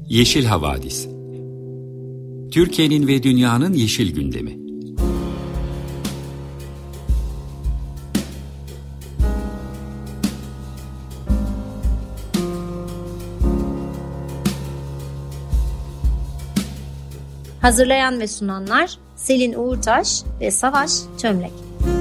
Yeşil Havadis. Türkiye'nin ve dünyanın yeşil gündemi. Hazırlayan ve sunanlar Selin Uğurtaş ve Savaş Çömlek.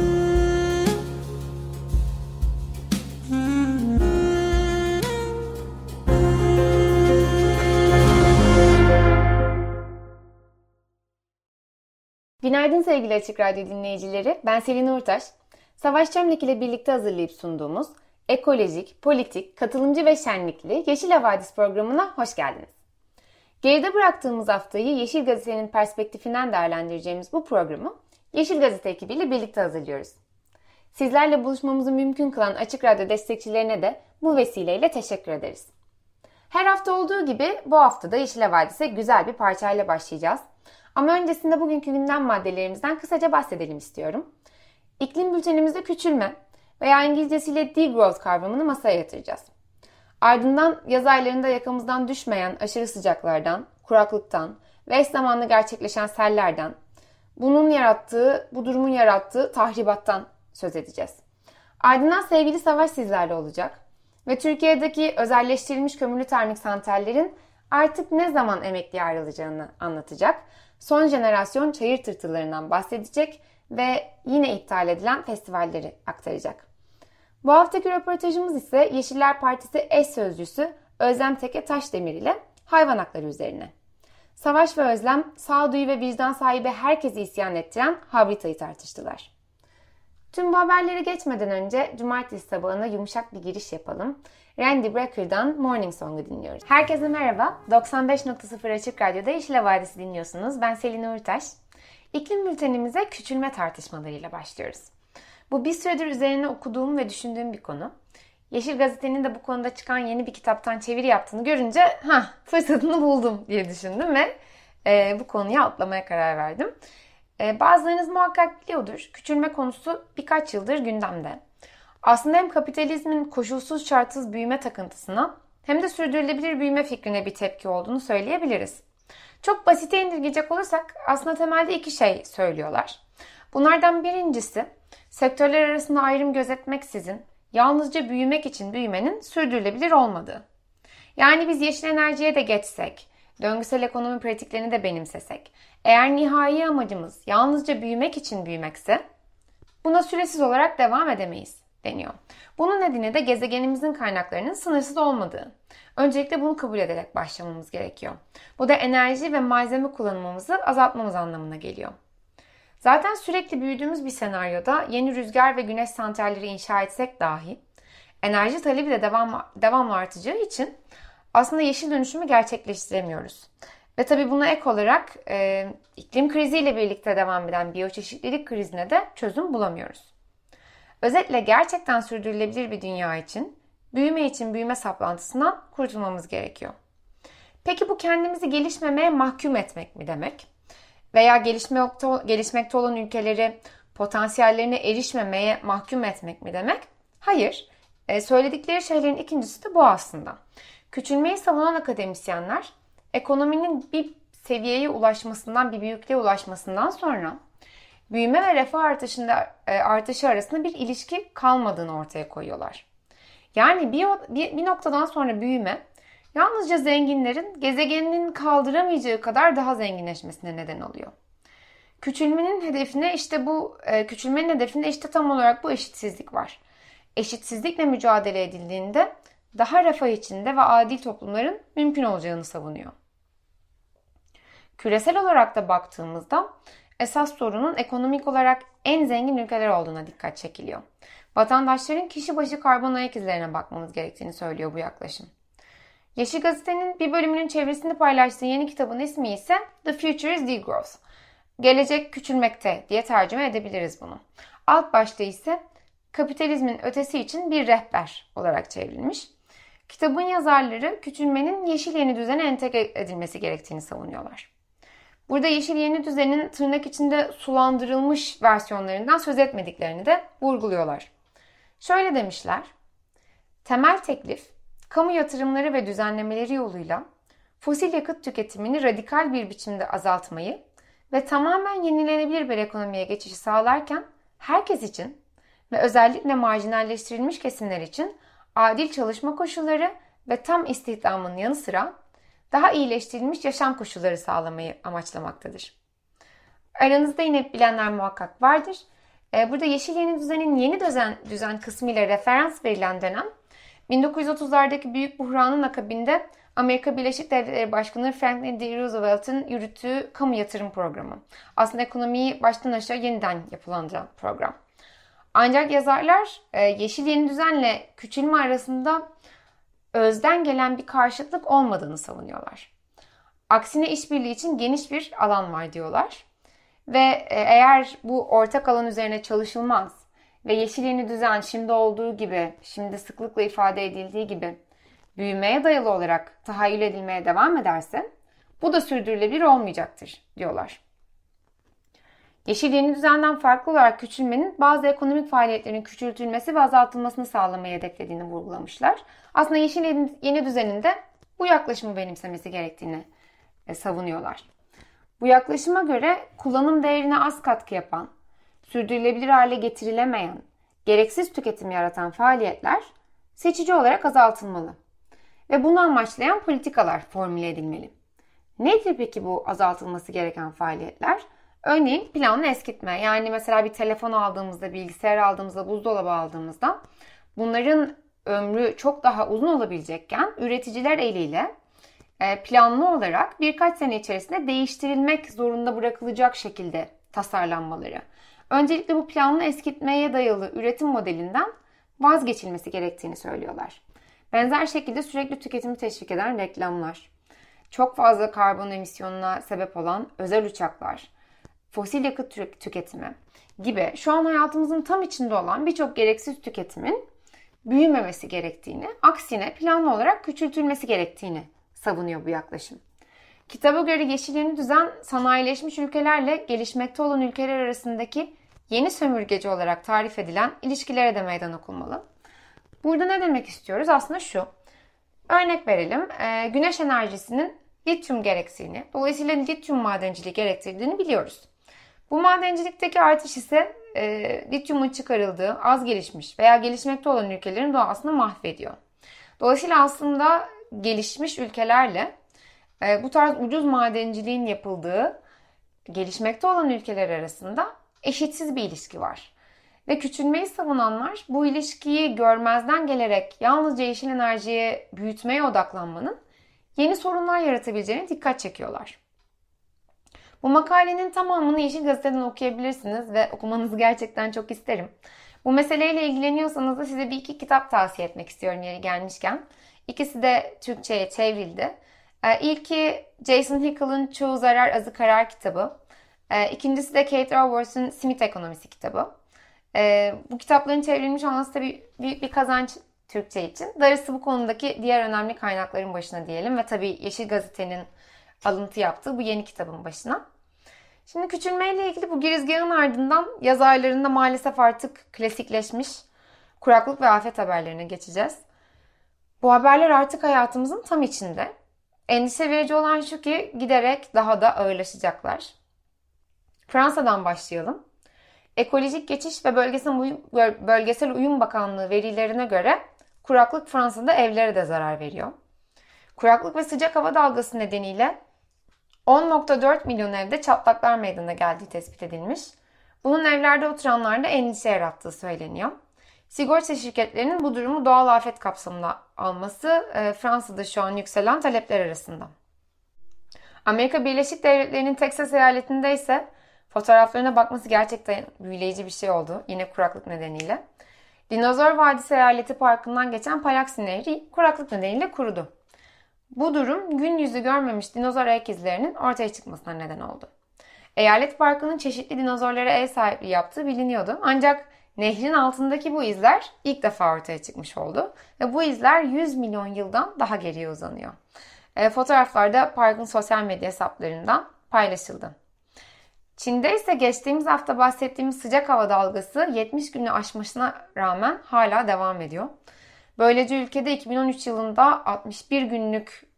Günaydın sevgili Açık Radyo dinleyicileri. Ben Selin Uğurtaş. Savaş Çömlek ile birlikte hazırlayıp sunduğumuz ekolojik, politik, katılımcı ve şenlikli Yeşil Havadis programına hoş geldiniz. Geride bıraktığımız haftayı Yeşil Gazete'nin perspektifinden değerlendireceğimiz bu programı Yeşil Gazete ekibiyle birlikte hazırlıyoruz. Sizlerle buluşmamızı mümkün kılan Açık Radyo destekçilerine de bu vesileyle teşekkür ederiz. Her hafta olduğu gibi bu hafta da Yeşil Havadis'e güzel bir parçayla başlayacağız. Ama öncesinde bugünkü gündem maddelerimizden kısaca bahsedelim istiyorum. İklim bültenimizde küçülme veya İngilizcesiyle degrowth kavramını masaya yatıracağız. Ardından yaz aylarında yakamızdan düşmeyen aşırı sıcaklardan, kuraklıktan ve eş zamanlı gerçekleşen sellerden, bu durumun yarattığı tahribattan söz edeceğiz. Ardından sevgili Savaş sizlerle olacak ve Türkiye'deki özelleştirilmiş kömürlü termik santrallerin artık ne zaman emekliye ayrılacağını anlatacak. Son jenerasyon çayır tırtıllarından bahsedecek ve yine iptal edilen festivalleri aktaracak. Bu haftaki röportajımız ise Yeşiller Partisi eş sözcüsü Özlem Teke Taşdemir ile hayvan hakları üzerine. Savaş ve Özlem, sağduyu ve vicdan sahibi herkesi isyan ettiren Habrita'yı tartıştılar. Tüm bu haberleri geçmeden önce cumartesi sabahına yumuşak bir giriş yapalım. Randy Breker'dan Morning Song'u dinliyoruz. Herkese merhaba. 95.0 Açık Radyo'da Yeşil Havadis'i dinliyorsunuz. Ben Selin Uğurtaş. İklim bültenimize küçülme tartışmalarıyla başlıyoruz. Bu bir süredir üzerine okuduğum ve düşündüğüm bir konu. Yeşil Gazete'nin de bu konuda çıkan yeni bir kitaptan çeviri yaptığını görünce fırsatını buldum diye düşündüm ve bu konuya atlamaya karar verdim. Bazılarınız muhakkak biliyordur. Küçülme konusu birkaç yıldır gündemde. Aslında hem kapitalizmin koşulsuz şartsız büyüme takıntısına hem de sürdürülebilir büyüme fikrine bir tepki olduğunu söyleyebiliriz. Çok basite indirgeyecek olursak aslında temelde iki şey söylüyorlar. Bunlardan birincisi sektörler arasında ayrım gözetmeksizin yalnızca büyümek için büyümenin sürdürülebilir olmadığı. Yani biz yeşil enerjiye de geçsek, döngüsel ekonomi pratiklerini de benimsesek, eğer nihai amacımız yalnızca büyümek için büyümekse buna süresiz olarak devam edemeyiz deniyor. Bunun nedeni de gezegenimizin kaynaklarının sınırsız olmadığı. Öncelikle bunu kabul ederek başlamamız gerekiyor. Bu da enerji ve malzeme kullanımımızı azaltmamız anlamına geliyor. Zaten sürekli büyüdüğümüz bir senaryoda yeni rüzgar ve güneş santralleri inşa etsek dahi enerji talebi de devamlı artacağı için aslında yeşil dönüşümü gerçekleştiremiyoruz. Ve tabii buna ek olarak iklim kriziyle birlikte devam eden biyoçeşitlilik krizine de çözüm bulamıyoruz. Özetle gerçekten sürdürülebilir bir dünya için büyüme saplantısından kurtulmamız gerekiyor. Peki bu kendimizi gelişmemeye mahkum etmek mi demek? Veya gelişmekte olan ülkeleri potansiyellerine erişmemeye mahkum etmek mi demek? Hayır. Söyledikleri şeylerin ikincisi de bu aslında. Küçülmeyi savunan akademisyenler ekonominin bir seviyeye ulaşmasından, bir büyüklüğe ulaşmasından sonra büyüme ve refah artışı arasında bir ilişki kalmadığını ortaya koyuyorlar. Yani bir noktadan sonra büyüme yalnızca zenginlerin gezegeninin kaldıramayacağı kadar daha zenginleşmesine neden oluyor. Küçülmenin hedefinde işte tam olarak bu eşitsizlik var. Eşitsizlikle mücadele edildiğinde daha refah içinde ve adil toplumların mümkün olacağını savunuyor. Küresel olarak da baktığımızda esas sorunun ekonomik olarak en zengin ülkeler olduğuna dikkat çekiliyor. Vatandaşların kişi başı karbon ayak izlerine bakmamız gerektiğini söylüyor bu yaklaşım. Yeşil Gazete'nin bir bölümünün çevresinde paylaştığı yeni kitabın ismi ise The Future is Degrowth. Gelecek küçülmekte diye tercüme edebiliriz bunu. Alt başlığı ise kapitalizmin ötesi için bir rehber olarak çevrilmiş. Kitabın yazarları küçülmenin yeşil yeni düzene entegre edilmesi gerektiğini savunuyorlar. Burada yeşil yeni düzenin tırnak içinde sulandırılmış versiyonlarından söz etmediklerini de vurguluyorlar. Şöyle demişler, temel teklif, kamu yatırımları ve düzenlemeleri yoluyla fosil yakıt tüketimini radikal bir biçimde azaltmayı ve tamamen yenilenebilir bir ekonomiye geçişi sağlarken herkes için ve özellikle marjinalleştirilmiş kesimler için adil çalışma koşulları ve tam istihdamın yanı sıra daha iyileştirilmiş yaşam koşulları sağlamayı amaçlamaktadır. Aranızda yine bilenler muhakkak vardır. Burada Yeşil Yeni Düzen'in yeni düzen kısmı ile referans verilen dönem 1930'lardaki büyük buhranın akabinde Amerika Birleşik Devletleri Başkanı Franklin D. Roosevelt'in yürüttüğü kamu yatırım programı. Aslında ekonomiyi baştan aşağı yeniden yapılandıran program. Ancak yazarlar Yeşil Yeni Düzen'le küçülme arasında özden gelen bir karşıtlık olmadığını savunuyorlar. Aksine işbirliği için geniş bir alan var diyorlar. Ve eğer bu ortak alan üzerine çalışılmaz ve Yeşil Yeni Düzen şimdi olduğu gibi, şimdi sıklıkla ifade edildiği gibi büyümeye dayalı olarak tahayyül edilmeye devam ederse bu da sürdürülebilir olmayacaktır diyorlar. Yeşil Yeni Düzen'den farklı olarak küçülmenin bazı ekonomik faaliyetlerin küçültülmesi ve azaltılmasını sağlamayı hedeflediğini vurgulamışlar. Aslında Yeşil Yeni Düzen'in de bu yaklaşımı benimsemesi gerektiğini savunuyorlar. Bu yaklaşıma göre kullanım değerine az katkı yapan, sürdürülebilir hale getirilemeyen, gereksiz tüketim yaratan faaliyetler seçici olarak azaltılmalı ve bunu amaçlayan politikalar formüle edilmeli. Nedir peki bu azaltılması gereken faaliyetler? Örneğin planlı eskitme. Yani mesela bir telefon aldığımızda, bilgisayar aldığımızda, buzdolabı aldığımızda bunların ömrü çok daha uzun olabilecekken üreticiler eliyle planlı olarak birkaç sene içerisinde değiştirilmek zorunda bırakılacak şekilde tasarlanmaları. Öncelikle bu planlı eskitmeye dayalı üretim modelinden vazgeçilmesi gerektiğini söylüyorlar. Benzer şekilde sürekli tüketimi teşvik eden reklamlar, çok fazla karbon emisyonuna sebep olan özel uçaklar, fosil yakıt tüketimi gibi şu an hayatımızın tam içinde olan birçok gereksiz tüketimin büyümemesi gerektiğini, aksine planlı olarak küçültülmesi gerektiğini savunuyor bu yaklaşım. Kitaba göre Yeşil Yeni Düzen, sanayileşmiş ülkelerle gelişmekte olan ülkeler arasındaki yeni sömürgeci olarak tarif edilen ilişkilere de meydan okunmalı. Burada ne demek istiyoruz? Aslında şu. Örnek verelim. Güneş enerjisinin lityum gerektiğini, dolayısıyla lityum madenciliği gerektirdiğini biliyoruz. Bu madencilikteki artış ise lityumun çıkarıldığı az gelişmiş veya gelişmekte olan ülkelerin doğasını mahvediyor. Dolayısıyla aslında gelişmiş ülkelerle bu tarz ucuz madenciliğin yapıldığı gelişmekte olan ülkeler arasında eşitsiz bir ilişki var. Ve küçülmeyi savunanlar bu ilişkiyi görmezden gelerek yalnızca yeşil enerjiye büyütmeye odaklanmanın yeni sorunlar yaratabileceğine dikkat çekiyorlar. Bu makalenin tamamını Yeşil Gazete'den okuyabilirsiniz ve okumanızı gerçekten çok isterim. Bu meseleyle ilgileniyorsanız da size bir iki kitap tavsiye etmek istiyorum yeri gelmişken. İkisi de Türkçe'ye çevrildi. İlki Jason Hickel'ın Çoğu Zarar Azı Karar kitabı. İkincisi de Kate Raworth'un Simit Ekonomisi kitabı. Bu kitapların çevrilmiş olması tabii büyük bir kazanç Türkçe için. Darısı bu konudaki diğer önemli kaynakların başına diyelim ve tabii Yeşil Gazete'nin alıntı yaptığı bu yeni kitabın başına. Şimdi küçülmeyle ilgili bu girizgahın ardından yaz aylarında maalesef artık klasikleşmiş kuraklık ve afet haberlerine geçeceğiz. Bu haberler artık hayatımızın tam içinde. Endişe verici olan şu ki giderek daha da ağırlaşacaklar. Fransa'dan başlayalım. Ekolojik Geçiş ve Bölgesel Uyum Bakanlığı verilerine göre kuraklık Fransa'da evlere de zarar veriyor. Kuraklık ve sıcak hava dalgası nedeniyle 10,4 milyon evde çatlaklar meydana geldiği tespit edilmiş. Bunun evlerde oturanlarda endişe yarattığı söyleniyor. Sigorta şirketlerinin bu durumu doğal afet kapsamında alması Fransa'da şu an yükselen talepler arasında. Amerika Birleşik Devletleri'nin Texas eyaletinde ise fotoğraflarına bakması gerçekten büyüleyici bir şey oldu. Yine kuraklık nedeniyle. Dinozor Vadisi Eyaleti Parkı'ndan geçen Palaxi Nehri kuraklık nedeniyle kurudu. Bu durum gün yüzü görmemiş dinozor ayak izlerinin ortaya çıkmasına neden oldu. Eyalet Parkı'nın çeşitli dinozorlara ev sahipliği yaptığı biliniyordu. Ancak nehrin altındaki bu izler ilk defa ortaya çıkmış oldu. Ve bu izler 100 milyon yıldan daha geriye uzanıyor. Fotoğraflar da parkın sosyal medya hesaplarından paylaşıldı. Çin'de ise geçtiğimiz hafta bahsettiğimiz sıcak hava dalgası 70 günü aşmasına rağmen hala devam ediyor. Böylece ülkede 2013 yılında 61 günlük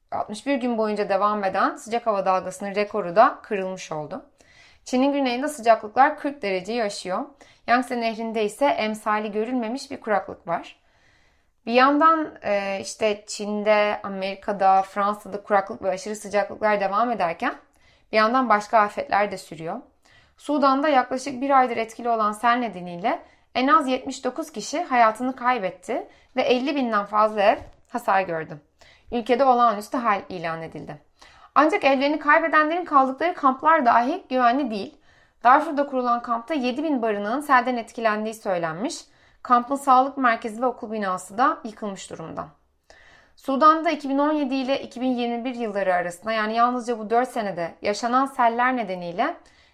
61 gün boyunca devam eden sıcak hava dalgasının rekoru da kırılmış oldu. Çin'in güneyinde sıcaklıklar 40 dereceyi aşıyor. Yangtze Nehri'nde ise emsali görülmemiş bir kuraklık var. Bir yandan işte Çin'de, Amerika'da, Fransa'da kuraklık ve aşırı sıcaklıklar devam ederken bir yandan başka afetler de sürüyor. Sudan'da yaklaşık bir aydır etkili olan sel nedeniyle en az 79 kişi hayatını kaybetti ve 50 binden fazla ev hasar gördü. Ülkede olağanüstü hal ilan edildi. Ancak evlerini kaybedenlerin kaldıkları kamplar dahi güvenli değil. Darfur'da kurulan kampta 7.000 barınağın selden etkilendiği söylenmiş. Kampın sağlık merkezi ve okul binası da yıkılmış durumda. Sudan'da 2017 ile 2021 yılları arasında, yani yalnızca bu 4 senede yaşanan seller nedeniyle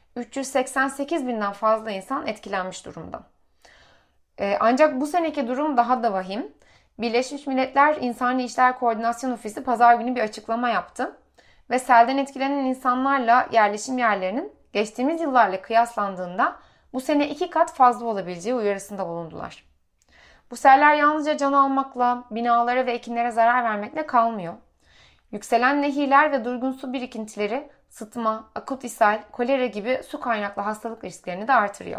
388 binden fazla insan etkilenmiş durumda. Ancak bu seneki durum daha da vahim. Birleşmiş Milletler İnsani İşler Koordinasyon Ofisi pazar günü bir açıklama yaptı ve selden etkilenen insanlarla yerleşim yerlerinin geçtiğimiz yıllarla kıyaslandığında bu sene 2 kat fazla olabileceği uyarısında bulundular. Bu seller yalnızca can almakla, binalara ve ekinlere zarar vermekle kalmıyor. Yükselen nehirler ve durgun su birikintileri sıtma, akut ishal, kolera gibi su kaynaklı hastalık risklerini de artırıyor.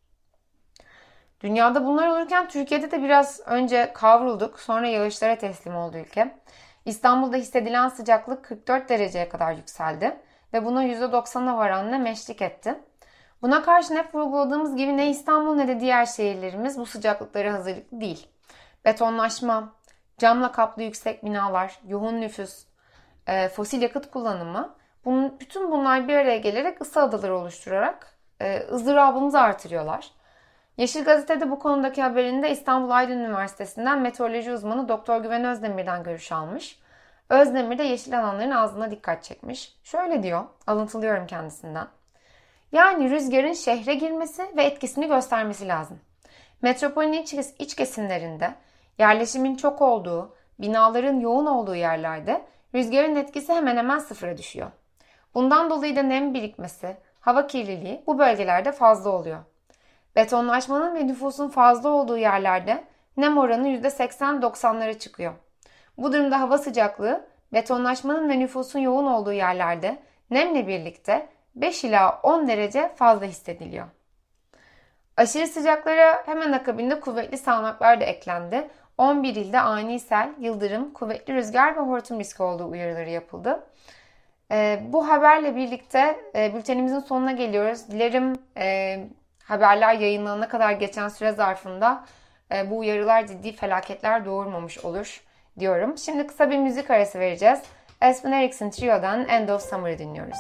Dünyada bunlar olurken Türkiye'de de biraz önce kavrulduk, sonra yağışlara teslim oldu ülke. İstanbul'da hissedilen sıcaklık 44 dereceye kadar yükseldi ve buna %90'a varanla meşlik etti. Buna karşın hep vurguladığımız gibi ne İstanbul ne de diğer şehirlerimiz bu sıcaklıklara hazırlıklı değil. Betonlaşma, camla kaplı yüksek binalar, yoğun nüfus, fosil yakıt kullanımı, bütün bunlar bir araya gelerek ısı adaları oluşturarak ızdırabımızı artırıyorlar. Yeşil Gazete'de bu konudaki haberinde İstanbul Aydın Üniversitesi'nden meteoroloji uzmanı Doktor Güven Özdemir'den görüş almış. Özdemir de yeşil alanların ağzına dikkat çekmiş. Şöyle diyor, alıntılıyorum kendisinden. Yani rüzgarın şehre girmesi ve etkisini göstermesi lazım. Metropolün iç kesimlerinde, yerleşimin çok olduğu, binaların yoğun olduğu yerlerde rüzgarın etkisi hemen hemen sıfıra düşüyor. Bundan dolayı da nem birikmesi, hava kirliliği bu bölgelerde fazla oluyor. Betonlaşmanın ve nüfusun fazla olduğu yerlerde nem oranı %80-90'lara çıkıyor. Bu durumda hava sıcaklığı betonlaşmanın ve nüfusun yoğun olduğu yerlerde nemle birlikte 5 ila 10 derece fazla hissediliyor. Aşırı sıcaklara hemen akabinde kuvvetli sağanaklar da eklendi. 11 ilde ani sel, yıldırım, kuvvetli rüzgar ve hortum riski olduğu uyarıları yapıldı. Bu haberle birlikte bültenimizin sonuna geliyoruz. Dilerim haberler yayınlanana kadar geçen süre zarfında bu uyarılar ciddi felaketler doğurmamış olur diyorum. Şimdi kısa bir müzik arası vereceğiz. Aspen Erickson Trio'dan End of Summer'ı dinliyoruz.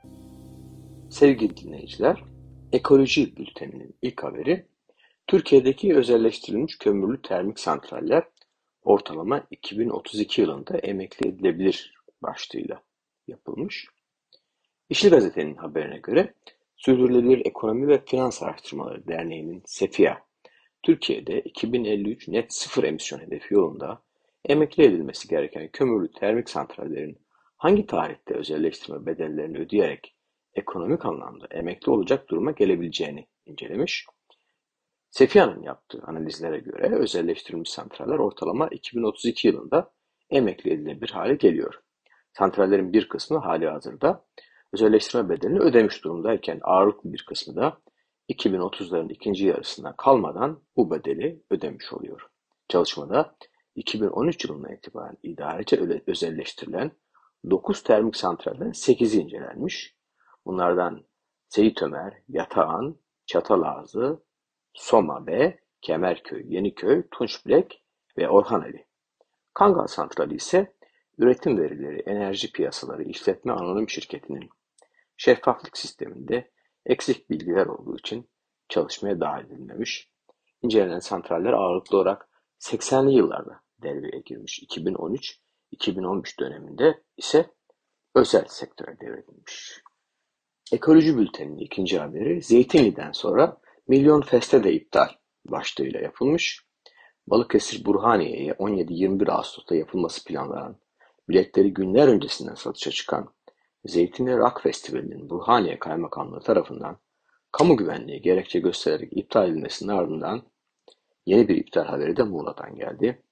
Sevgili dinleyiciler, Ekoloji Bülteni'nin ilk haberi, Türkiye'deki özelleştirilmiş kömürlü termik santraller ortalama 2032 yılında emekli edilebilir başlığıyla yapılmış. Yeşil Gazete'nin haberine göre Sürdürülebilir Ekonomi ve Finans Araştırmaları Derneği'nin SEFİA, Türkiye'de 2053 net sıfır emisyon hedefi yolunda emekli edilmesi gereken kömürlü termik santrallerin hangi tarihte özelleştirme bedellerini ödeyerek ekonomik anlamda emekli olacak duruma gelebileceğini incelemiş. SEFİA'nın yaptığı analizlere göre özelleştirilmiş santraller ortalama 2032 yılında emekli edilebilir hale geliyor. Santrallerin bir kısmı halihazırda özelleştirme bedelini ödemiş durumdayken ağırlıklı bir kısmı da 2030'ların ikinci yarısına kalmadan bu bedeli ödemiş oluyor. Çalışmada 2013 yılından itibaren idarece özelleştirilen 9 termik santralden 8'i incelenmiş. Bunlardan Seyit Ömer, Yatağan, Çatalazı, Soma-B, Kemerköy, Yeniköy, Tunçbilek ve Orhaneli. Kangal Santrali ise üretim verileri Enerji Piyasaları İşletme Anonim Şirketi'nin şeffaflık sisteminde eksik bilgiler olduğu için çalışmaya dahil edilmemiş. İncelenen santraller ağırlıklı olarak 80'li yıllarda devreye girmiş. 2013-2013 döneminde ise özel sektöre devredilmiş. Ekoloji Bülteni'nin ikinci haberi, Zeytinli'den sonra milyon feste de iptal başlığıyla yapılmış. Balıkesir Burhaniye'ye 17-21 Ağustos'ta yapılması planlanan, biletleri günler öncesinden satışa çıkan Zeytinli Rock Festivali'nin Burhaniye Kaymakamlığı tarafından kamu güvenliği gerekçe göstererek iptal edilmesinin ardından yeni bir iptal haberi de Muğla'dan geldi.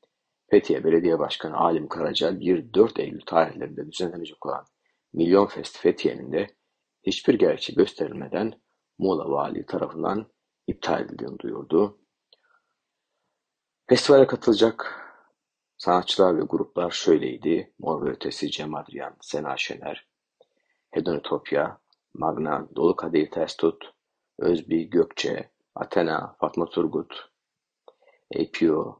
Fethiye Belediye Başkanı Alim Karaca 1-4 Eylül tarihlerinde düzenlenecek olan Milyon Fest Fethiye'nin de hiçbir gerekçe gösterilmeden Muğla Valiliği tarafından iptal edildiğini duyurdu. Festivale katılacak sanatçılar ve gruplar şöyleydi: Mor ve Ötesi, Cem Adrian, Sena Şener, Hedonitopya, Magna, Dolu Kadehi Ters Tut, Özbi, Gökçe, Athena, Fatma Turgut, APO,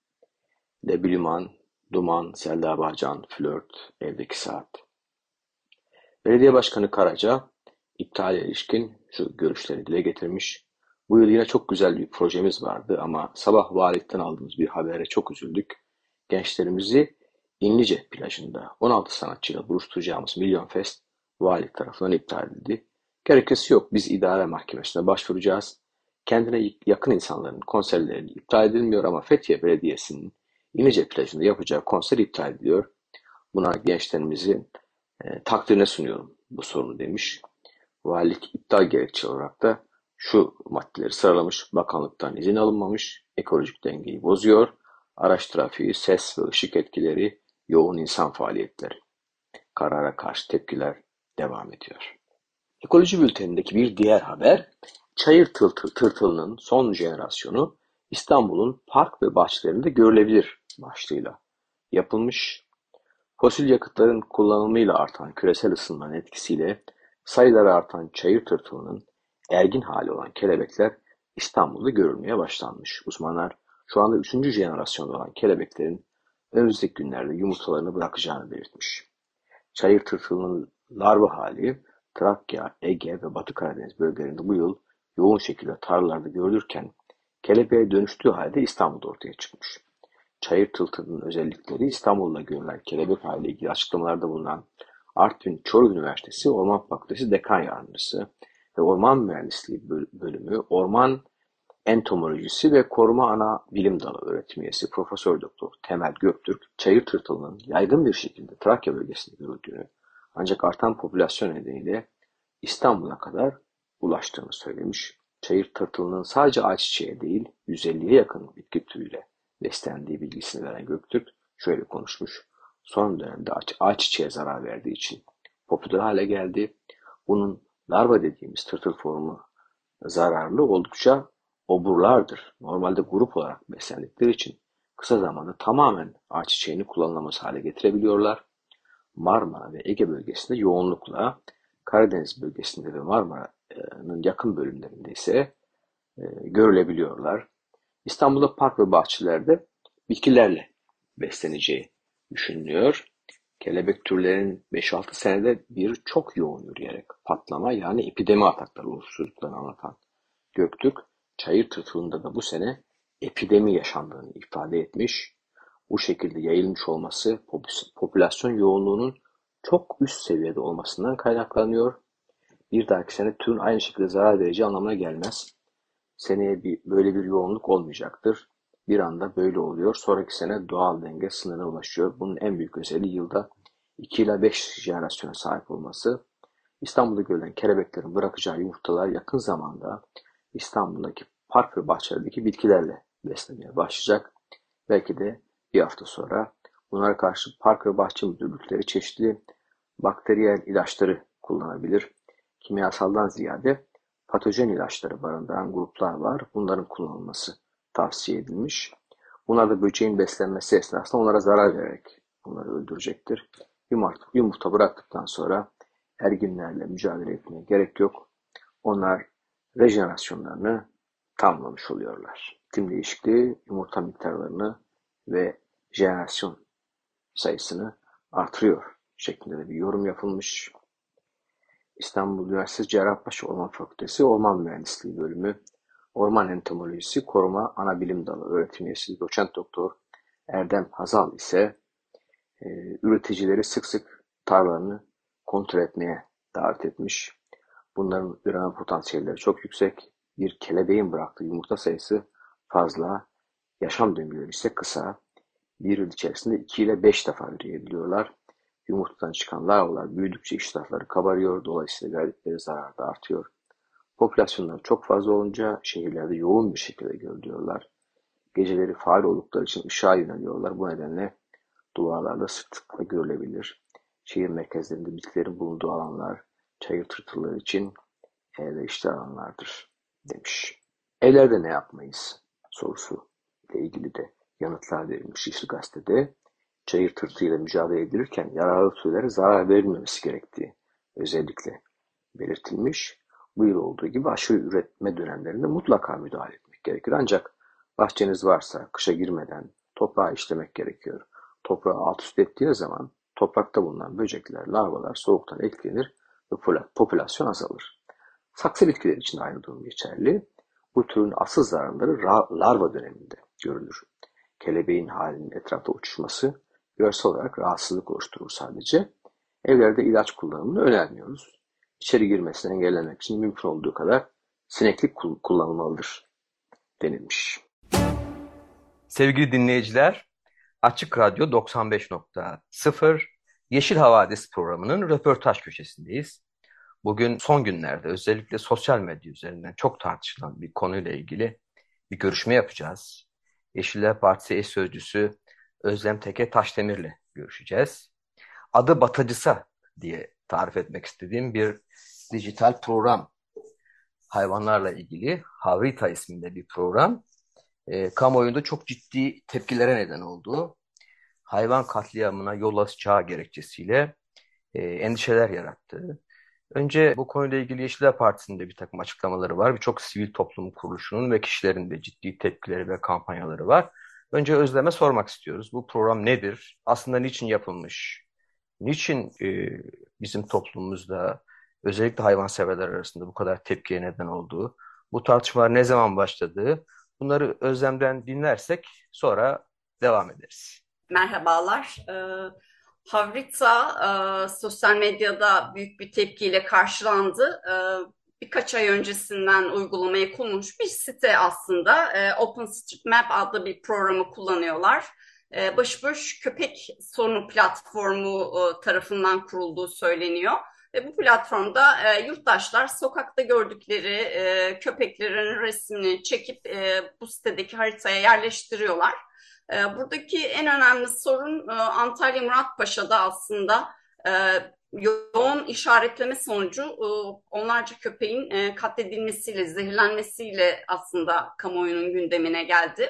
Debilüman, Duman, Selda Bağcan, Flört, Evdeki Saat. Belediye Başkanı Karaca iptale ilişkin şu görüşleri dile getirmiş. Bu yıl yine çok güzel bir projemiz vardı ama sabah valilikten aldığımız bir habere çok üzüldük. Gençlerimizi İnlice plajında 16 sanatçıyla buluşturacağımız Milyon Fest valilik tarafından iptal edildi. Gerekçesi yok. Biz idare mahkemesine başvuracağız. Kendine yakın insanların konserleri iptal edilmiyor ama Fethiye Belediyesi'nin İnlice plajında yapacağı konser iptal ediliyor. Buna gençlerimizin takdirine sunuyorum bu sorunu demiş. Valilik iptal gerekçe olarak da şu maddeleri sıralamış: bakanlıktan izin alınmamış, ekolojik dengeyi bozuyor, araç trafiği, ses ve ışık etkileri, yoğun insan faaliyetleri. Karara karşı tepkiler devam ediyor. Ekoloji bültenindeki bir diğer haber, çayır tırtılının son jenerasyonu İstanbul'un park ve bahçelerinde görülebilir başlığıyla yapılmış. Fosil yakıtların kullanımıyla artan küresel ısınmanın etkisiyle sayıları artan çayır tırtılının ergin hali olan kelebekler İstanbul'da görülmeye başlanmış. Uzmanlar şu anda 3. jenerasyon olan kelebeklerin önümüzdeki günlerde yumurtalarını bırakacağını belirtmiş. Çayır tırtılının larva hali Trakya, Ege ve Batı Karadeniz bölgelerinde bu yıl yoğun şekilde tarlalarda görülürken kelebeğe dönüştüğü halde İstanbul'da ortaya çıkmış. Çayır tırtılının özellikleri İstanbul'da görülen kelebek ile ilgili açıklamalarda bulunan Artvin Çoruh Üniversitesi Orman Fakültesi Dekan Yardımcısı ve Orman Mühendisliği Bölümü Orman Entomolojisi ve Koruma Ana Bilim Dalı öğretim üyesi Profesör Doktor Temel Göktürk, çayır tırtılının yaygın bir şekilde Trakya bölgesinde görüldüğünü ancak artan popülasyon nedeniyle İstanbul'a kadar ulaştığını söylemiş. Çayır tırtılının sadece ayçiçeğe değil 150'ye yakın bitki türüyle beslendiği bilgisini veren Göktürk şöyle konuşmuş: son dönemde ayçiçeğe zarar verdiği için popüler hale geldi. Bunun larva dediğimiz tırtıl formu zararlı, oldukça oburlardır. Normalde grup olarak beslendikleri için kısa zamanda tamamen ayçiçeğini kullanılamaz hale getirebiliyorlar. Marmara ve Ege bölgesinde yoğunlukla, Karadeniz bölgesinde ve Marmara'nın yakın bölümlerinde ise görülebiliyorlar. İstanbul'da park ve bahçelerde bitkilerle besleneceği düşünülüyor. Kelebek türlerinin 5-6 senede bir çok yoğun yürüyerek patlama, yani epidemi atakları oluşturduklarını anlatan Göktürk, çayır tırtılında da bu sene epidemi yaşandığını ifade etmiş. Bu şekilde yayılmış olması popülasyon yoğunluğunun çok üst seviyede olmasından kaynaklanıyor. Bir dahaki sene türün aynı şekilde zarar vereceği anlamına gelmez. Seneye böyle bir yoğunluk olmayacaktır. Bir anda böyle oluyor. Sonraki sene doğal denge sınırına ulaşıyor. Bunun en büyük özelliği yılda 2 ila 5 jenerasyona sahip olması. İstanbul'da görülen kelebeklerin bırakacağı yumurtalar yakın zamanda İstanbul'daki park ve bahçelerdeki bitkilerle beslemeye başlayacak. Belki de bir hafta sonra bunlara karşı park ve bahçe müdürlükleri çeşitli bakteriyel ilaçları kullanabilir. Kimyasaldan ziyade patojen ilaçları barındıran gruplar var. Bunların kullanılması tavsiye edilmiş. Bunlar da böceğin beslenmesi esnasında onlara zarar vererek onları öldürecektir. Yumurta bıraktıktan sonra erginlerle mücadele etmeye gerek yok. Onlar rejenerasyonlarını tamamlamış oluyorlar. İklim değişikliği yumurta miktarlarını ve jenerasyon sayısını artırıyor şeklinde de bir yorum yapılmış. İstanbul Üniversitesi Cerrahpaşa Orman Fakültesi Orman Mühendisliği Bölümü Orman Entomolojisi Koruma Ana Bilim Dalı öğretim üyesi Doçent Doktor Erdem Hazal ise üreticileri sık sık tarlalarını kontrol etmeye davet etmiş. Bunların üreme potansiyelleri çok yüksek. Bir kelebeğin bıraktığı yumurta sayısı fazla, yaşam döngüleri ise kısa. Bir yıl içerisinde 2 ile 5 defa üreyebiliyorlar. Yumurtadan çıkan larvalar büyüdükçe iştahları kabarıyor. Dolayısıyla verdikleri zarar da artıyor. Popülasyonlar çok fazla olunca şehirlerde yoğun bir şekilde görülüyorlar. Geceleri faal oldukları için ışığa yöneliyorlar. Bu nedenle duvarlarda sıklıkla görülebilir. Şehir merkezlerinde bitkilerin bulunduğu alanlar çayır tırtılları için elverişli alanlardır demiş. Evlerde ne yapmayız sorusu ile ilgili de yanıtlar verilmiş Yeşil Gazete'de. Çayır tırtığıyla mücadele edilirken yararlı türlere zarar verilmemesi gerektiği özellikle belirtilmiş. Bu yıl olduğu gibi aşırı üretme dönemlerinde mutlaka müdahale etmek gerekir. Ancak bahçeniz varsa kışa girmeden toprağı işlemek gerekiyor. Toprağı alt üst ettiği zaman toprakta bulunan böcekler, larvalar soğuktan etkilenir ve popülasyon azalır. Saksı bitkileri için aynı durum geçerli. Bu türün asıl zararları larva döneminde görülür. Kelebeğin halinin etrafta uçuşması görsel olarak rahatsızlık oluşturur sadece. Evlerde ilaç kullanımını önermiyoruz. İçeri girmesini engellemek için mümkün olduğu kadar sineklik kullanılmalıdır denilmiş. Sevgili dinleyiciler, Açık Radyo 95.0 Yeşil Havadis programının röportaj köşesindeyiz. Bugün son günlerde özellikle sosyal medya üzerinden çok tartışılan bir konuyla ilgili bir görüşme yapacağız. Yeşiller Partisi eş sözcüsü Özlem Teke Taşdemir'le görüşeceğiz. Adı Batıcısa diye tarif etmek istediğim bir dijital program. Hayvanlarla ilgili Havrita isminde bir program. Kamuoyunda çok ciddi tepkilere neden olduğu, hayvan katliamına yol açacağı gerekçesiyle endişeler yarattı. Önce bu konuyla ilgili Yeşiller Partisi'nin de bir takım açıklamaları var. Birçok sivil toplum kuruluşunun ve kişilerin de ciddi tepkileri ve kampanyaları var. Önce Özlem'e sormak istiyoruz. Bu program nedir? Aslında niçin yapılmış? Niçin bizim toplumumuzda özellikle hayvanseverler arasında bu kadar tepkiye neden olduğu, bu tartışmalar ne zaman başladığı, bunları Özlem'den dinlersek sonra devam ederiz. Merhabalar. Havrita sosyal medyada büyük bir tepkiyle karşılandı. Birkaç ay öncesinden uygulamaya konulmuş bir site aslında. OpenStreetMap adlı bir programı kullanıyorlar. Başıboş Köpek Sorunu Platformu tarafından kurulduğu söyleniyor. Ve bu platformda yurttaşlar sokakta gördükleri köpeklerin resmini çekip bu sitedeki haritaya yerleştiriyorlar. Buradaki en önemli sorun Antalya Muratpaşa'da aslında yoğun işaretleme sonucu onlarca köpeğin katledilmesiyle, zehirlenmesiyle aslında kamuoyunun gündemine geldi.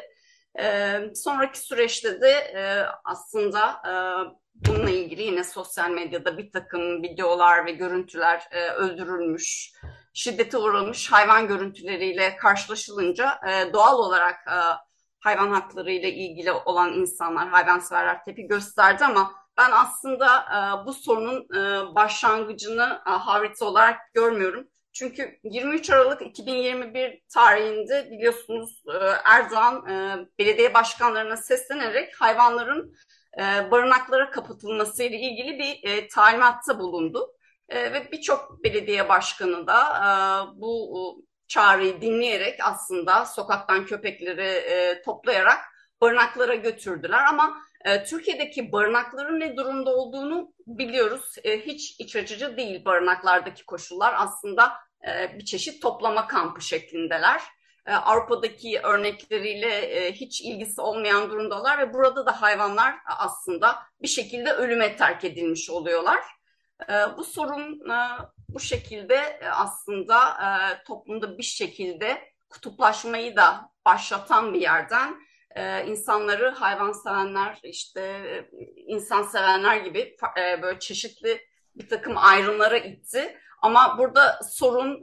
Sonraki süreçte de aslında bununla ilgili yine sosyal medyada bir takım videolar ve görüntüler öldürülmüş, şiddete uğramış hayvan görüntüleriyle karşılaşılınca doğal olarak hayvan hakları ile ilgili olan insanlar, hayvanseverler tepki gösterdi ama ben aslında bu sorunun başlangıcını Havrita olarak görmüyorum. Çünkü 23 Aralık 2021 tarihinde biliyorsunuz Erdoğan belediye başkanlarına seslenerek hayvanların barınaklara kapatılması ile ilgili bir talimatta bulundu. Ve birçok belediye başkanı da bu çağrıyı dinleyerek aslında sokaktan köpekleri toplayarak barınaklara götürdüler. Ama Türkiye'deki barınakların ne durumda olduğunu biliyoruz. Hiç iç açıcı değil barınaklardaki koşullar. Aslında bir çeşit toplama kampı şeklindeler. Avrupa'daki örnekleriyle hiç ilgisi olmayan durumdalar ve burada da hayvanlar aslında bir şekilde ölüme terk edilmiş oluyorlar. Bu sorun bu şekilde aslında toplumda bir şekilde kutuplaşmayı da başlatan bir yerden insanları hayvansevenler, işte insan sevenler gibi böyle çeşitli bir takım ayrımlara itti. Ama burada sorun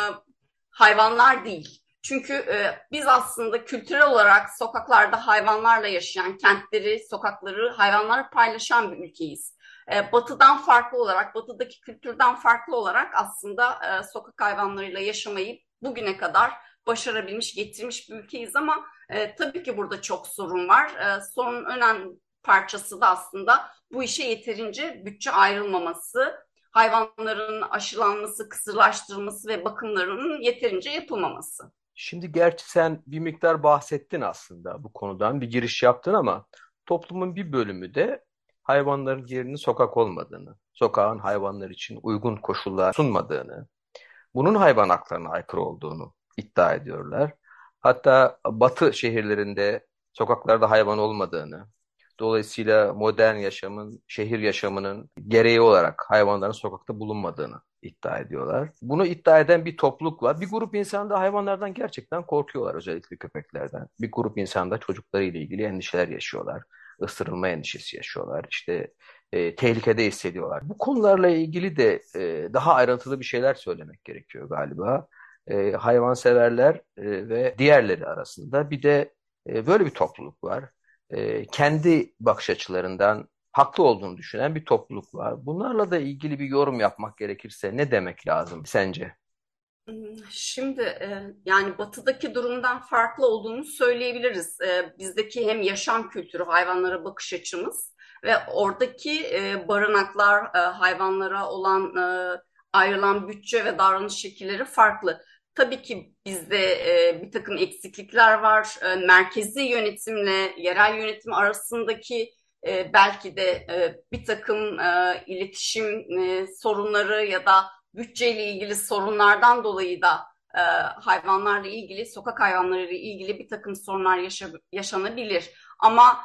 hayvanlar değil. Çünkü biz aslında kültürel olarak sokaklarda hayvanlarla yaşayan, kentleri, sokakları hayvanlarla paylaşan bir ülkeyiz. Batı'dan farklı olarak, Batı'daki kültürden farklı olarak aslında sokak hayvanlarıyla yaşamayı bugüne kadar başarabilmiş, getirmiş bir ülkeyiz ama tabii ki burada çok sorun var. Sorunun önemli parçası da aslında bu işe yeterince bütçe ayrılmaması, hayvanların aşılanması, kısırlaştırılması ve bakımlarının yeterince yapılmaması. Şimdi gerçi sen bir miktar bahsettin aslında bu konudan, bir giriş yaptın ama toplumun bir bölümü de hayvanların yerinin sokak olmadığını, sokağın hayvanlar için uygun koşullar sunmadığını, bunun hayvan haklarına aykırı olduğunu iddia ediyorlar. Hatta Batı şehirlerinde sokaklarda hayvan olmadığını, dolayısıyla modern yaşamın, şehir yaşamının gereği olarak hayvanların sokakta bulunmadığını iddia ediyorlar. Bunu iddia eden bir topluluk var. Bir grup insan da hayvanlardan gerçekten korkuyorlar, özellikle köpeklerden. Bir grup insan da çocuklarıyla ilgili endişeler yaşıyorlar. Isırılma endişesi yaşıyorlar. İşte tehlikede hissediyorlar. Bu konularla ilgili de daha ayrıntılı bir şeyler söylemek gerekiyor galiba. Hayvanseverler ve diğerleri arasında bir de böyle bir topluluk var. Kendi bakış açılarından haklı olduğunu düşünen bir topluluk var. Bunlarla da ilgili bir yorum yapmak gerekirse ne demek lazım sence? Şimdi yani batıdaki durumdan farklı olduğunu söyleyebiliriz. Bizdeki hem yaşam kültürü, hayvanlara bakış açımız ve oradaki barınaklar, hayvanlara olan ayrılan bütçe ve davranış şekilleri farklı. Tabii ki bizde bir takım eksiklikler var. Merkezi yönetimle yerel yönetim arasındaki belki de bir takım iletişim sorunları ya da bütçeyle ilgili sorunlardan dolayı da hayvanlarla ilgili, sokak hayvanlarıyla ilgili bir takım sorunlar yaşanabilir. Ama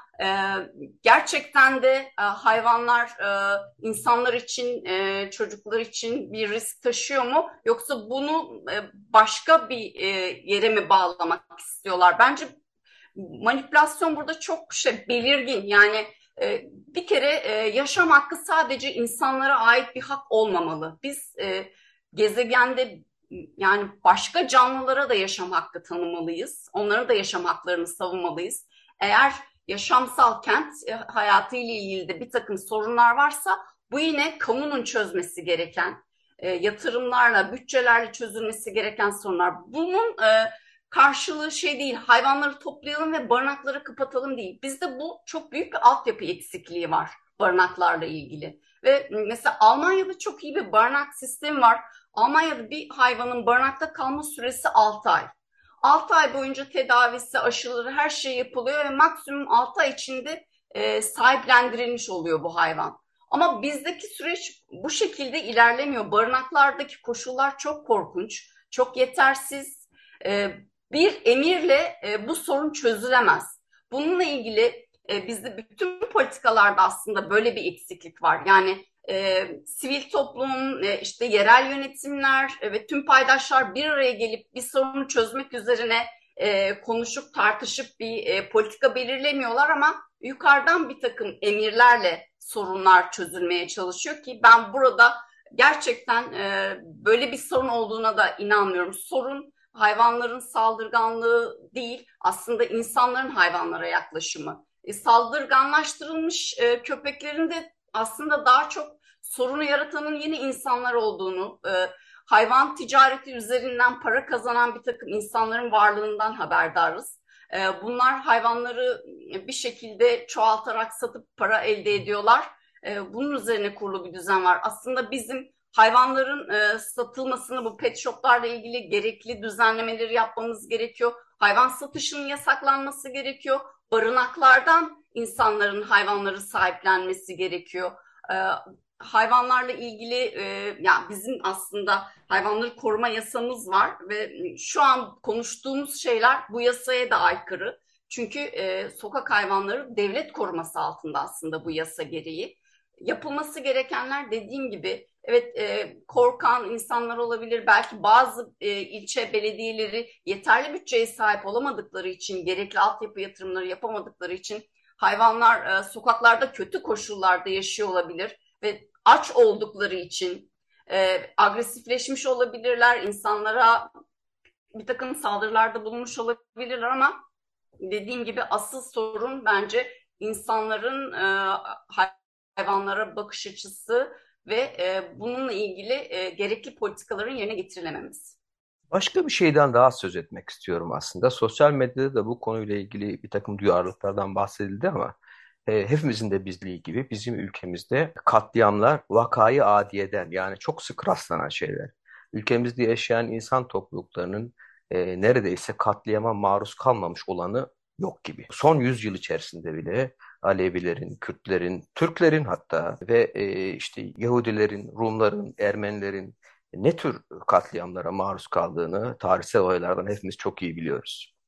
gerçekten de hayvanlar insanlar için, çocuklar için bir risk taşıyor mu? Yoksa bunu başka bir yere mi bağlamak istiyorlar? Bence manipülasyon burada çok belirgin. Yani bir kere yaşam hakkı sadece insanlara ait bir hak olmamalı. Biz gezegende yani başka canlılara da yaşam hakkı tanımalıyız. Onların da yaşam haklarını savunmalıyız. Eğer yaşamsal kent hayatı ile ilgili de bir takım sorunlar varsa bu yine kamunun çözmesi gereken, yatırımlarla, bütçelerle çözülmesi gereken sorunlar. Bunun karşılığı değil, hayvanları toplayalım ve barınakları kapatalım değil. Bizde bu çok büyük bir altyapı eksikliği var barınaklarla ilgili. Ve mesela Almanya'da çok iyi bir barınak sistemi var. Almanya'da bir hayvanın barınakta kalma süresi 6 ay. 6 ay boyunca tedavisi, aşıları, her şey yapılıyor ve maksimum 6 ay içinde sahiplendirilmiş oluyor bu hayvan. Ama bizdeki süreç bu şekilde ilerlemiyor. Barınaklardaki koşullar çok korkunç, çok yetersiz. Bir emirle bu sorun çözülemez. Bununla ilgili bizde bütün politikalarda aslında böyle bir eksiklik var. Yani sivil toplum, işte yerel yönetimler ve tüm paydaşlar bir araya gelip bir sorunu çözmek üzerine konuşup tartışıp bir politika belirlemiyorlar ama yukarıdan bir takım emirlerle sorunlar çözülmeye çalışıyor ki ben burada gerçekten böyle bir sorun olduğuna da inanmıyorum. Sorun hayvanların saldırganlığı değil, aslında insanların hayvanlara yaklaşımı. Saldırganlaştırılmış köpeklerin de aslında daha çok sorunu yaratanın yine insanlar olduğunu, hayvan ticareti üzerinden para kazanan bir takım insanların varlığından haberdarız. Bunlar hayvanları bir şekilde çoğaltarak satıp para elde ediyorlar. Bunun üzerine kurulu bir düzen var. Aslında bizim hayvanların satılmasını, bu pet shoplarla ilgili gerekli düzenlemeleri yapmamız gerekiyor. Hayvan satışının yasaklanması gerekiyor. Barınaklardan insanların hayvanları sahiplenmesi gerekiyor. Hayvanlarla ilgili yani bizim aslında hayvanları koruma yasamız var ve şu an konuştuğumuz şeyler bu yasaya da aykırı. Çünkü sokak hayvanları devlet koruması altında aslında bu yasa gereği. Yapılması gerekenler dediğim gibi evet korkan insanlar olabilir. Belki bazı ilçe belediyeleri yeterli bütçeye sahip olamadıkları için, gerekli altyapı yatırımları yapamadıkları için hayvanlar sokaklarda kötü koşullarda yaşıyor olabilir ve aç oldukları için agresifleşmiş olabilirler, insanlara bir takım saldırılarda bulunmuş olabilirler ama dediğim gibi asıl sorun bence insanların hayvanlara bakış açısı ve bununla ilgili gerekli politikaların yerine getirilememesi. Başka bir şeyden daha söz etmek istiyorum aslında. Sosyal medyada da bu konuyla ilgili bir takım duyarlılıklardan bahsedildi ama hepimizin de bildiği gibi bizim ülkemizde katliamlar vakayı adiyeden, yani çok sık rastlanan şeyler. Ülkemizde yaşayan insan topluluklarının neredeyse katliama maruz kalmamış olanı yok gibi. Son 100 yıl içerisinde bile Alevilerin, Kürtlerin, Türklerin hatta ve işte Yahudilerin, Rumların, Ermenilerin ne tür katliamlara maruz kaldığını tarihsel olaylardan hepimiz çok iyi biliyoruz.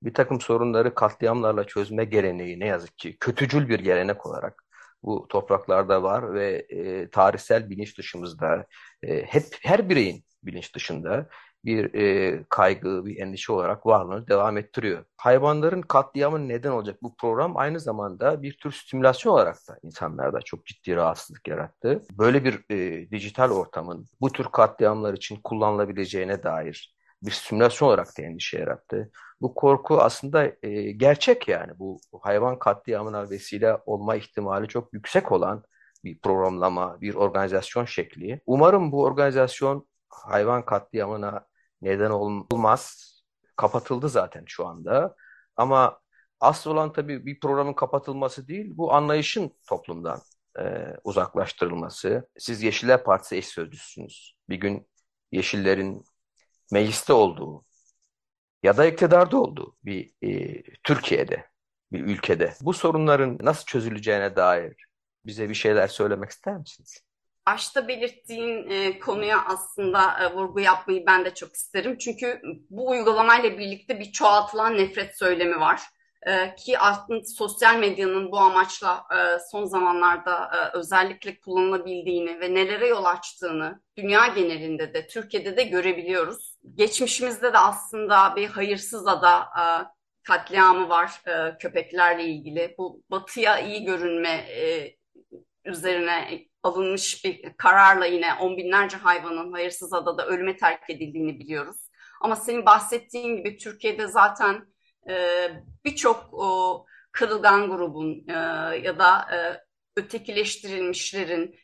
bir takım sorunları katliamlarla çözme geleneği ne yazık ki kötücül bir gelenek olarak bu topraklarda var ve tarihsel bilinç dışımızda, hep her bireyin bilinç dışında bir kaygı, bir endişe olarak varlığını devam ettiriyor. Hayvanların katliamı neden olacak bu program aynı zamanda bir tür stimülasyon olarak da insanlarda çok ciddi rahatsızlık yarattı. Böyle bir dijital ortamın bu tür katliamlar için kullanılabileceğine dair bir simülasyon olarak da endişe yarattı. Bu korku aslında gerçek, yani bu hayvan katliamına vesile olma ihtimali çok yüksek olan bir programlama, bir organizasyon şekli. Umarım bu organizasyon hayvan katliamına neden olmaz. Kapatıldı zaten şu anda. Ama asıl olan tabii bir programın kapatılması değil, bu anlayışın toplumdan uzaklaştırılması. Siz Yeşiller Partisi eş sözcüsünüz. Bir gün Yeşillerin mecliste olduğu ya da iktidarda olduğu bir Türkiye'de, bir ülkede bu sorunların nasıl çözüleceğine dair bize bir şeyler söylemek ister misiniz? Başta belirttiğin konuya aslında vurgu yapmayı ben de çok isterim. Çünkü bu uygulamayla birlikte bir çoğaltılan nefret söylemi var. Ki aslında sosyal medyanın bu amaçla son zamanlarda özellikle kullanılabildiğini ve nelere yol açtığını dünya genelinde de Türkiye'de de görebiliyoruz. Geçmişimizde de aslında bir hayırsız ada katliamı var köpeklerle ilgili. Bu batıya iyi görünme üzerine alınmış bir kararla yine on binlerce hayvanın hayırsız adada ölüme terk edildiğini biliyoruz. Ama senin bahsettiğin gibi Türkiye'de zaten birçok kırılgan grubun ya da ötekileştirilmişlerin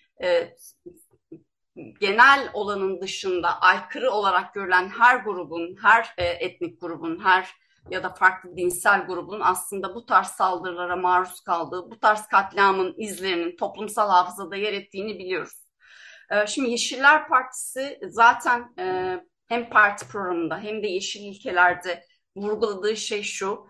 genel olanın dışında aykırı olarak görülen her grubun, her etnik grubun, her ya da farklı dinsel grubun aslında bu tarz saldırılara maruz kaldığı, bu tarz katliamın izlerinin toplumsal hafızada yer ettiğini biliyoruz. Şimdi Yeşiller Partisi zaten hem parti programında hem de yeşil ilkelerde vurguladığı şey şu: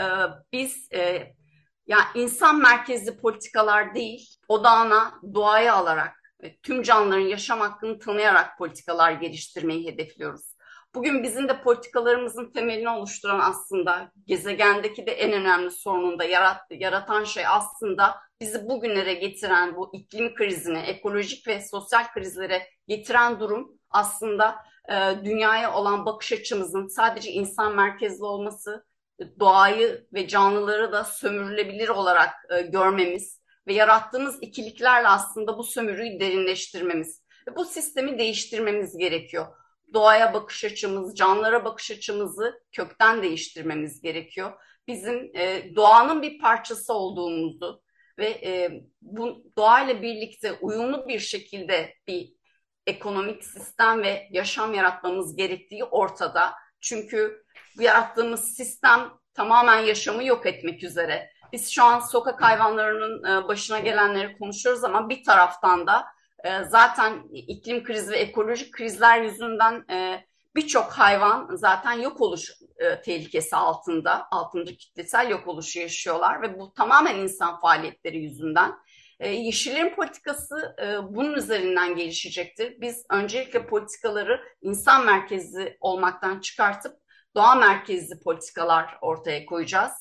biz yani insan merkezli politikalar değil, odağına doğayı alarak, tüm canlıların yaşam hakkını tanıyarak politikalar geliştirmeyi hedefliyoruz. Bugün bizim de politikalarımızın temelini oluşturan, aslında gezegendeki de en önemli sorununu da yaratan şey, aslında bizi bugünlere getiren bu iklim krizine, ekolojik ve sosyal krizlere getiren durum aslında dünyaya olan bakış açımızın sadece insan merkezli olması, doğayı ve canlıları da sömürülebilir olarak görmemiz ve yarattığımız ikiliklerle aslında bu sömürüyü derinleştirmemiz ve bu sistemi değiştirmemiz gerekiyor. Doğaya bakış açımız, canlılara bakış açımızı kökten değiştirmemiz gerekiyor. Bizim doğanın bir parçası olduğumuzu ve bu doğayla birlikte uyumlu bir şekilde bir ekonomik sistem ve yaşam yaratmamız gerektiği ortada. Çünkü bu yarattığımız sistem tamamen yaşamı yok etmek üzere. Biz şu an sokak hayvanlarının başına gelenleri konuşuyoruz ama bir taraftan da zaten iklim krizi ve ekolojik krizler yüzünden birçok hayvan zaten yok oluş tehlikesi altında kitlesel yok oluşu yaşıyorlar ve bu tamamen insan faaliyetleri yüzünden. Yeşillerin politikası bunun üzerinden gelişecektir. Biz öncelikle politikaları insan merkezli olmaktan çıkartıp doğa merkezli politikalar ortaya koyacağız.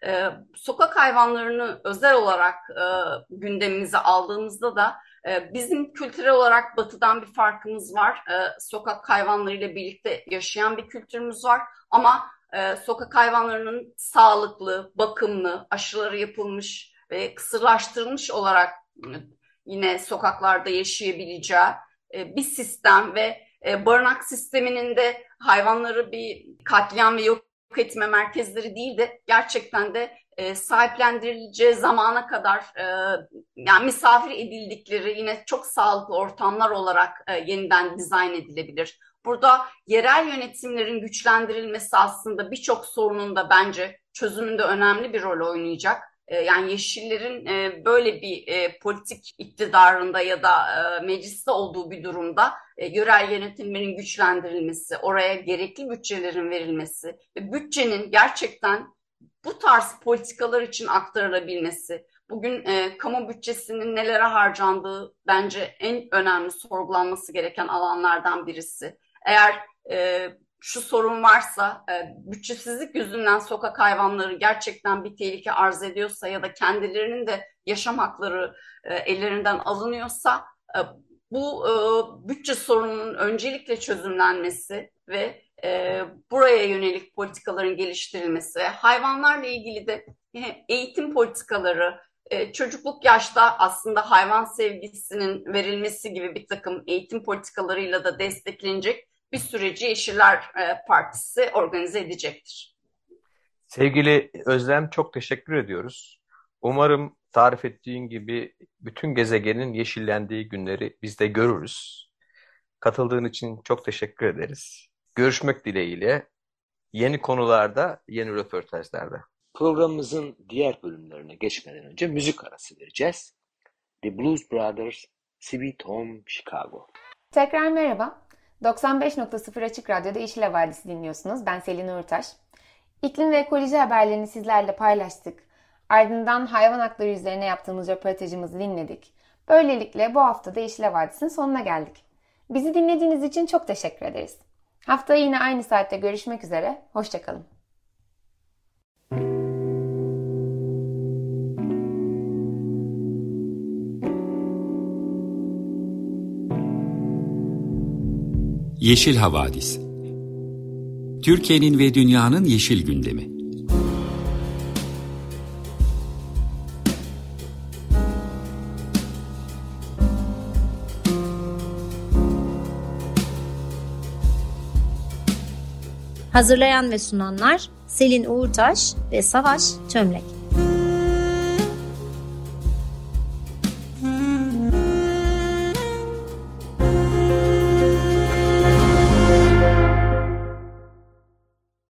Sokak hayvanlarını özel olarak gündemimize aldığımızda da bizim kültürel olarak batıdan bir farkımız var. Sokak hayvanlarıyla birlikte yaşayan bir kültürümüz var. Ama sokak hayvanlarının sağlıklı, bakımlı, aşıları yapılmış ve kısırlaştırılmış olarak yine sokaklarda yaşayabileceği bir sistem ve barınak sisteminin de hayvanları bir katliam ve yok etme merkezleri değil de gerçekten de sahiplendirileceği zamana kadar yani misafir edildikleri yine çok sağlıklı ortamlar olarak yeniden dizayn edilebilir. Burada yerel yönetimlerin güçlendirilmesi aslında birçok sorunun da bence çözümünde önemli bir rol oynayacak. Yani Yeşillerin böyle bir politik iktidarında ya da mecliste olduğu bir durumda yerel yönetimlerin güçlendirilmesi, oraya gerekli bütçelerin verilmesi ve bütçenin gerçekten bu tarz politikalar için aktarılabilmesi, bugün kamu bütçesinin nelere harcandığı bence en önemli sorgulanması gereken alanlardan birisi. Eğer şu sorun varsa, bütçesizlik yüzünden sokak hayvanları gerçekten bir tehlike arz ediyorsa ya da kendilerinin de yaşam hakları ellerinden alınıyorsa bu bütçe sorununun öncelikle çözümlenmesi ve buraya yönelik politikaların geliştirilmesi ve hayvanlarla ilgili de eğitim politikaları, çocukluk yaşta aslında hayvan sevgisinin verilmesi gibi bir takım eğitim politikalarıyla da desteklenecek bir süreci Yeşiller Partisi organize edecektir. Sevgili Özlem, çok teşekkür ediyoruz. Umarım tarif ettiğin gibi bütün gezegenin yeşillendiği günleri biz de görürüz. Katıldığın için çok teşekkür ederiz. Görüşmek dileğiyle yeni konularda, yeni röportajlarda. Programımızın diğer bölümlerine geçmeden önce müzik arası vereceğiz. The Blues Brothers, Sweet Home Chicago. Tekrar merhaba. 95.0 Açık Radyo'da Yeşil Havadis'i dinliyorsunuz. Ben Selin Uğurtaş. İklim ve ekoloji haberlerini sizlerle paylaştık. Ardından hayvan hakları üzerine yaptığımız röportajımızı dinledik. Böylelikle bu hafta da Yeşil Havadis'in sonuna geldik. Bizi dinlediğiniz için çok teşekkür ederiz. Haftaya yine aynı saatte görüşmek üzere. Hoşça kalın. Yeşil Havadis. Türkiye'nin ve dünyanın yeşil gündemi. Hazırlayan ve sunanlar Selin Uğurtaş ve Savaş Çömlek.